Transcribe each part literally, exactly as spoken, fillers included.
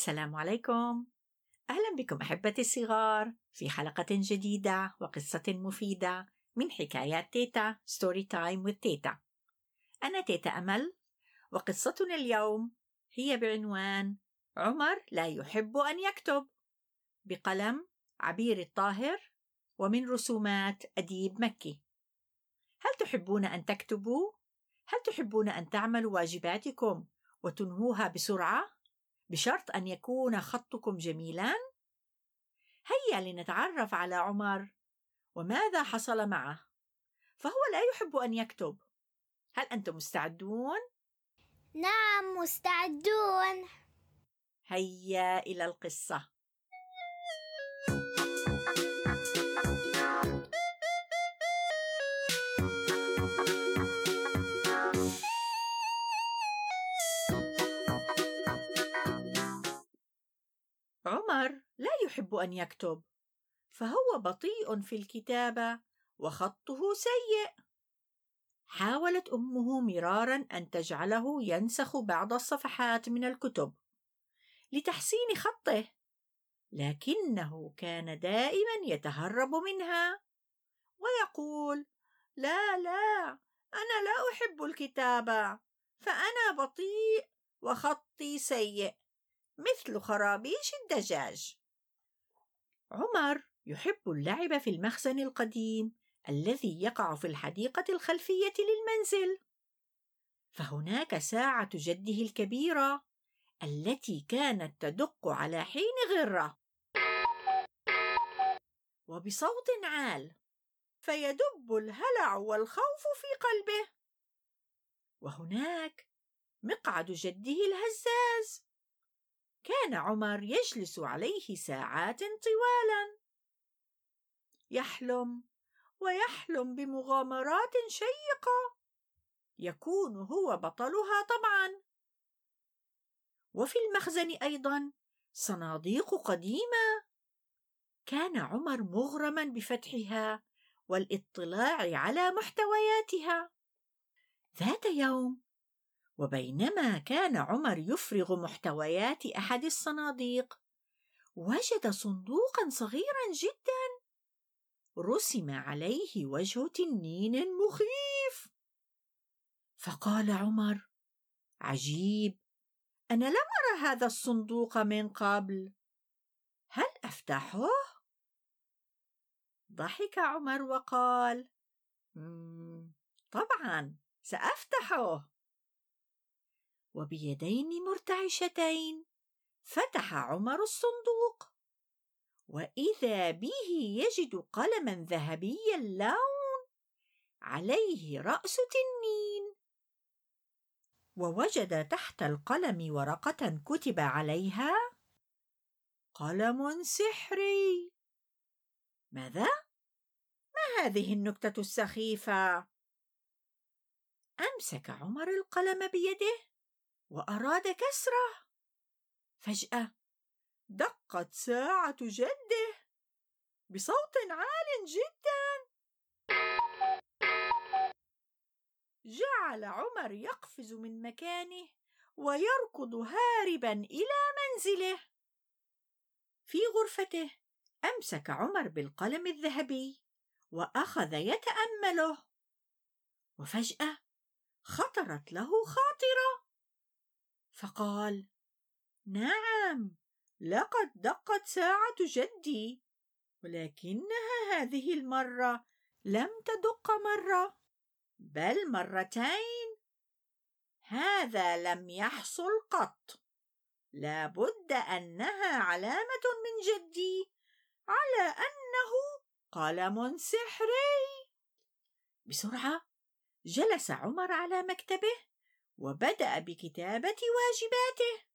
السلام عليكم. أهلا بكم أحبتي الصغار في حلقة جديدة وقصة مفيدة من حكايات تيتا ستوري تايم with تيتا. أنا تيتا أمل، وقصتنا اليوم هي بعنوان عمر لا يحب أن يكتب، بقلم عبير الطاهر ومن رسومات أديب مكي. هل تحبون أن تكتبوا؟ هل تحبون أن تعملوا واجباتكم وتنهوها بسرعة بشرط أن يكون خطكم جميلاً؟ هيا لنتعرف على عمر وماذا حصل معه، فهو لا يحب أن يكتب. هل أنتم مستعدون؟ نعم مستعدون. هيا إلى القصة. عمر لا يحب أن يكتب، فهو بطيء في الكتابة وخطه سيء. حاولت أمه مراراً أن تجعله ينسخ بعض الصفحات من الكتب لتحسين خطه، لكنه كان دائماً يتهرب منها ويقول: لا لا، أنا لا أحب الكتابة، فأنا بطيء وخطي سيء مثل خرابيش الدجاج. عمر يحب اللعب في المخزن القديم الذي يقع في الحديقة الخلفية للمنزل، فهناك ساعة جده الكبيرة التي كانت تدق على حين غرة وبصوت عال، فيدب الهلع والخوف في قلبه. وهناك مقعد جده الهزاز، كان عمر يجلس عليه ساعات طوالا يحلم ويحلم بمغامرات شيقة يكون هو بطلها طبعا. وفي المخزن أيضا صناديق قديمة، كان عمر مغرما بفتحها والاطلاع على محتوياتها. ذات يوم، وبينما كان عمر يفرغ محتويات أحد الصناديق، وجد صندوقا صغيرا جدا رسم عليه وجه تنين مخيف. فقال عمر: عجيب، أنا لم أرى هذا الصندوق من قبل، هل أفتحه؟ ضحك عمر وقال: طبعا سأفتحه. وبيدين مرتعشتين فتح عمر الصندوق، وإذا به يجد قلما ذهبي اللون عليه رأس تنين، ووجد تحت القلم ورقة كتب عليها: قلم سحري. ماذا؟ ما هذه النكتة السخيفة؟ أمسك عمر القلم بيده وأراد كسره. فجأة دقت ساعة جده بصوت عال جدا. جعل عمر يقفز من مكانه ويركض هاربا إلى منزله. في غرفته أمسك عمر بالقلم الذهبي وأخذ يتأمله، وفجأة خطرت له خاطرة، فقال: نعم، لقد دقت ساعة جدي، ولكنها هذه المرة لم تدق مرة بل مرتين. هذا لم يحصل قط، لا بد أنها علامة من جدي على أنه قلم سحري. بسرعة جلس عمر على مكتبه وبدأ بكتابة واجباته.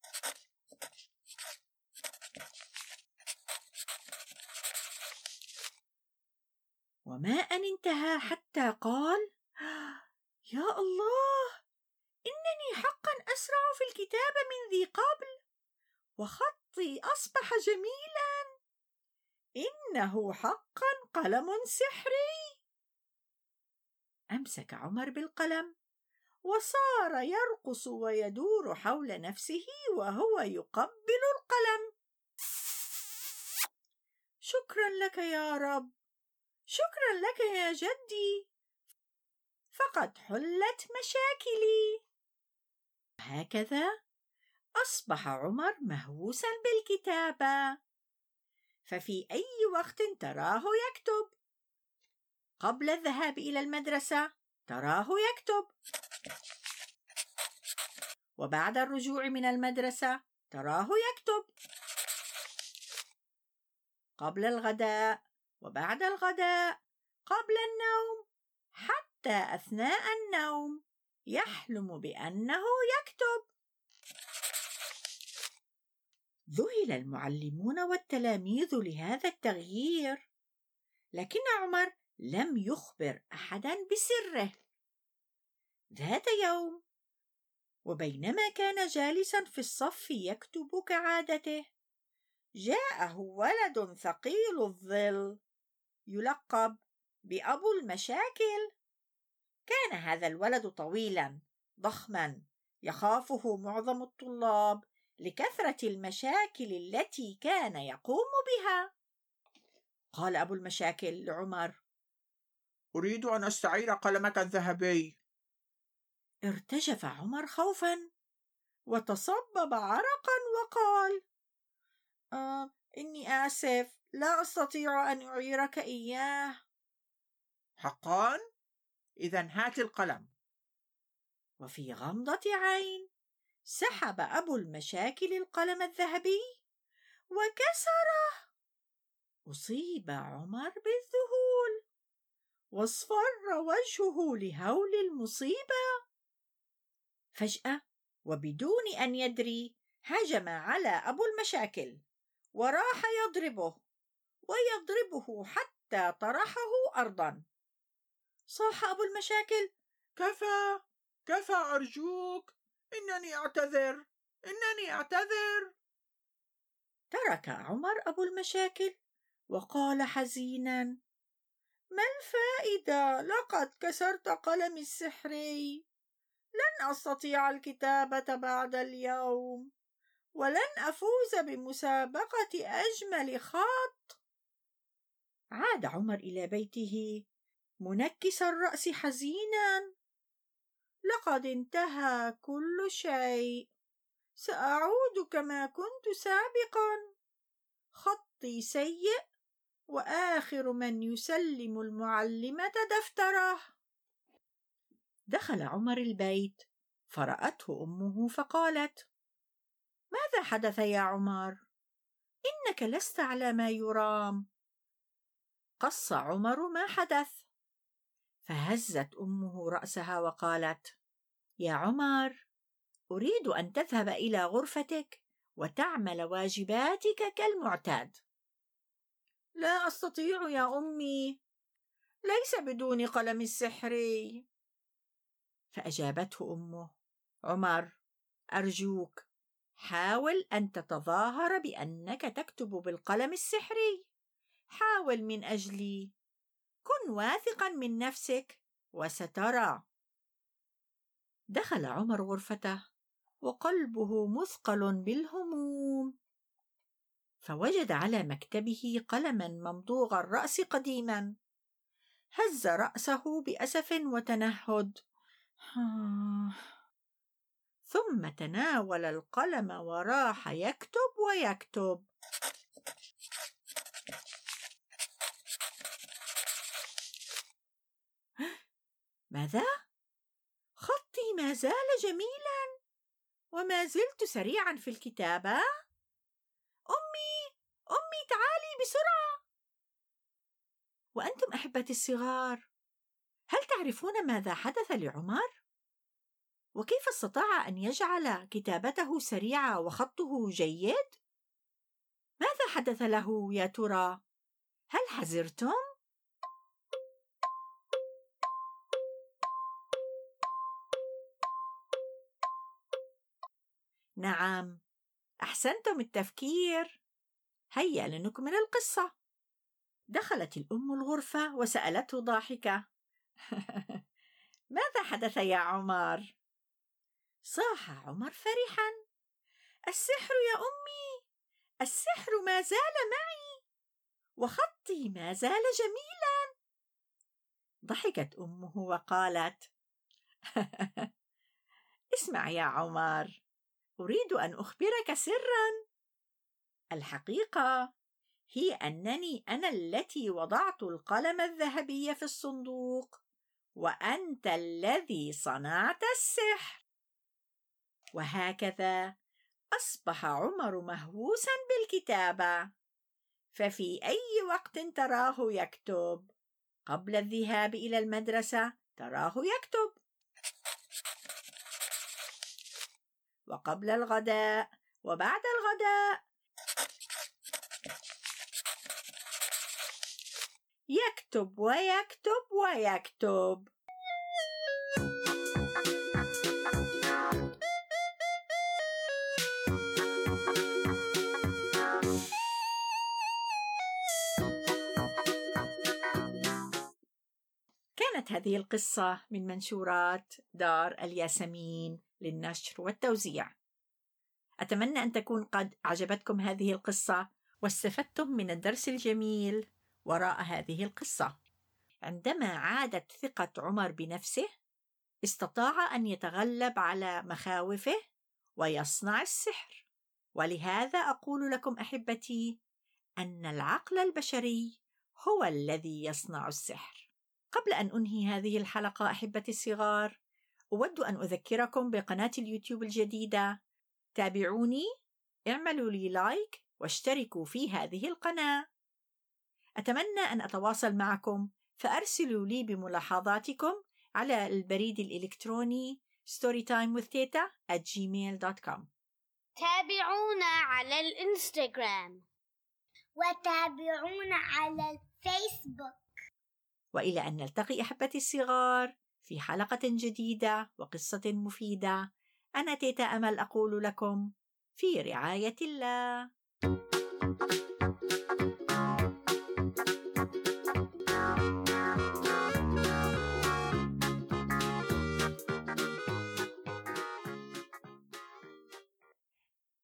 وما أن انتهى حتى قال: يا الله، إنني حقا أسرع في الكتابة من ذي قبل، وخطي أصبح جميلا، إنه حقا قلم سحري. أمسك عمر بالقلم وصار يرقص ويدور حول نفسه وهو يقبل القلم. شكرا لك يا رب، شكرا لك يا جدي، فقد حلت مشاكلي. هكذا أصبح عمر مهووسا بالكتابة، ففي أي وقت تراه يكتب. قبل الذهاب إلى المدرسة تراه يكتب، وبعد الرجوع من المدرسة تراه يكتب، قبل الغداء وبعد الغداء، قبل النوم، حتى أثناء النوم يحلم بأنه يكتب. ذهل المعلمون والتلاميذ لهذا التغيير، لكن عمر لم يخبر أحدا بسره. ذات يوم، وبينما كان جالسا في الصف يكتب كعادته، جاءه ولد ثقيل الظل يلقب بأبو المشاكل. كان هذا الولد طويلا ضخما يخافه معظم الطلاب لكثرة المشاكل التي كان يقوم بها. قال أبو المشاكل لعمر: أريد أن أستعير قلمك الذهبي. ارتجف عمر خوفا وتصبب عرقا وقال: آه إني آسف، لا أستطيع أن أعيرك إياه. حقا؟ إذن هات القلم. وفي غمضة عين سحب أبو المشاكل القلم الذهبي وكسره. أصيب عمر بالذهول واصفر وجهه لهول المصيبة. فجأة وبدون أن يدري هجم على أبو المشاكل وراح يضربه ويضربه حتى طرحه أرضا. صاح أبو المشاكل: كفى كفى أرجوك، إنني أعتذر إنني أعتذر. ترك عمر أبو المشاكل وقال حزينا: ما الفائدة؟ لقد كسرت قلمي السحري، لن أستطيع الكتابة بعد اليوم، ولن أفوز بمسابقة أجمل خط. عاد عمر إلى بيته منكس الرأس حزينا. لقد انتهى كل شيء، سأعود كما كنت سابقا. خطي سيء، وآخر من يسلم المعلمة دفتره. دخل عمر البيت فرأته أمه فقالت: ماذا حدث يا عمر؟ إنك لست على ما يرام. قص عمر ما حدث، فهزت أمه رأسها وقالت: يا عمر، أريد أن تذهب إلى غرفتك وتعمل واجباتك كالمعتاد. لا أستطيع يا أمي، ليس بدون قلم السحري. فأجابته أمه: عمر، أرجوك، حاول أن تتظاهر بأنك تكتب بالقلم السحري. حاول من أجلي، كن واثقا من نفسك وسترى. دخل عمر غرفته وقلبه مثقل بالهموم، فوجد على مكتبه قلما ممضوغ الرأس قديما. هز رأسه بأسف وتنهد، ثم تناول القلم وراح يكتب ويكتب. ماذا؟ خطي ما زال جميلا، وما زلت سريعا في الكتابة. أمي أمي تعالي بسرعة. وأنتم أحبتي الصغار، هل تعرفون ماذا حدث لعمر؟ وكيف استطاع أن يجعل كتابته سريعة وخطه جيد؟ ماذا حدث له يا ترى؟ هل حزرتم؟ نعم، أحسنتم التفكير. هيا لنكمل القصة. دخلت الأم الغرفة وسألته ضاحكة: ماذا حدث يا عمر؟ صاح عمر فرحا: السحر يا أمي، السحر ما زال معي، وخطي ما زال جميلا. ضحكت أمه وقالت: اسمع يا عمر، أريد أن أخبرك سرا. الحقيقة هي أنني أنا التي وضعت القلم الذهبي في الصندوق، وأنت الذي صنعت السحر. وهكذا أصبح عمر مهووسا بالكتابة، ففي أي وقت تراه يكتب. قبل الذهاب إلى المدرسة تراه يكتب، وقبل الغداء وبعد الغداء يكتب ويكتب ويكتب. كانت هذه القصة من منشورات دار الياسمين للنشر والتوزيع. أتمنى أن تكون قد أعجبتكم هذه القصة واستفدتم من الدرس الجميل وراء هذه القصة. عندما عادت ثقة عمر بنفسه، استطاع أن يتغلب على مخاوفه ويصنع السحر. ولهذا أقول لكم أحبتي أن العقل البشري هو الذي يصنع السحر. قبل أن أنهي هذه الحلقة أحبتي الصغار، أود أن أذكركم بقناة اليوتيوب الجديدة. تابعوني، اعملوا لي لايك واشتركوا في هذه القناة. أتمنى أن أتواصل معكم، فأرسلوا لي بملاحظاتكم على البريد الإلكتروني storytimewithteta at gmail dot com. تابعونا على الإنستغرام وتابعونا على الفيسبوك. وإلى أن نلتقي أحبتي الصغار في حلقة جديدة وقصة مفيدة، أنا تيتا أمل أقول لكم في رعاية الله.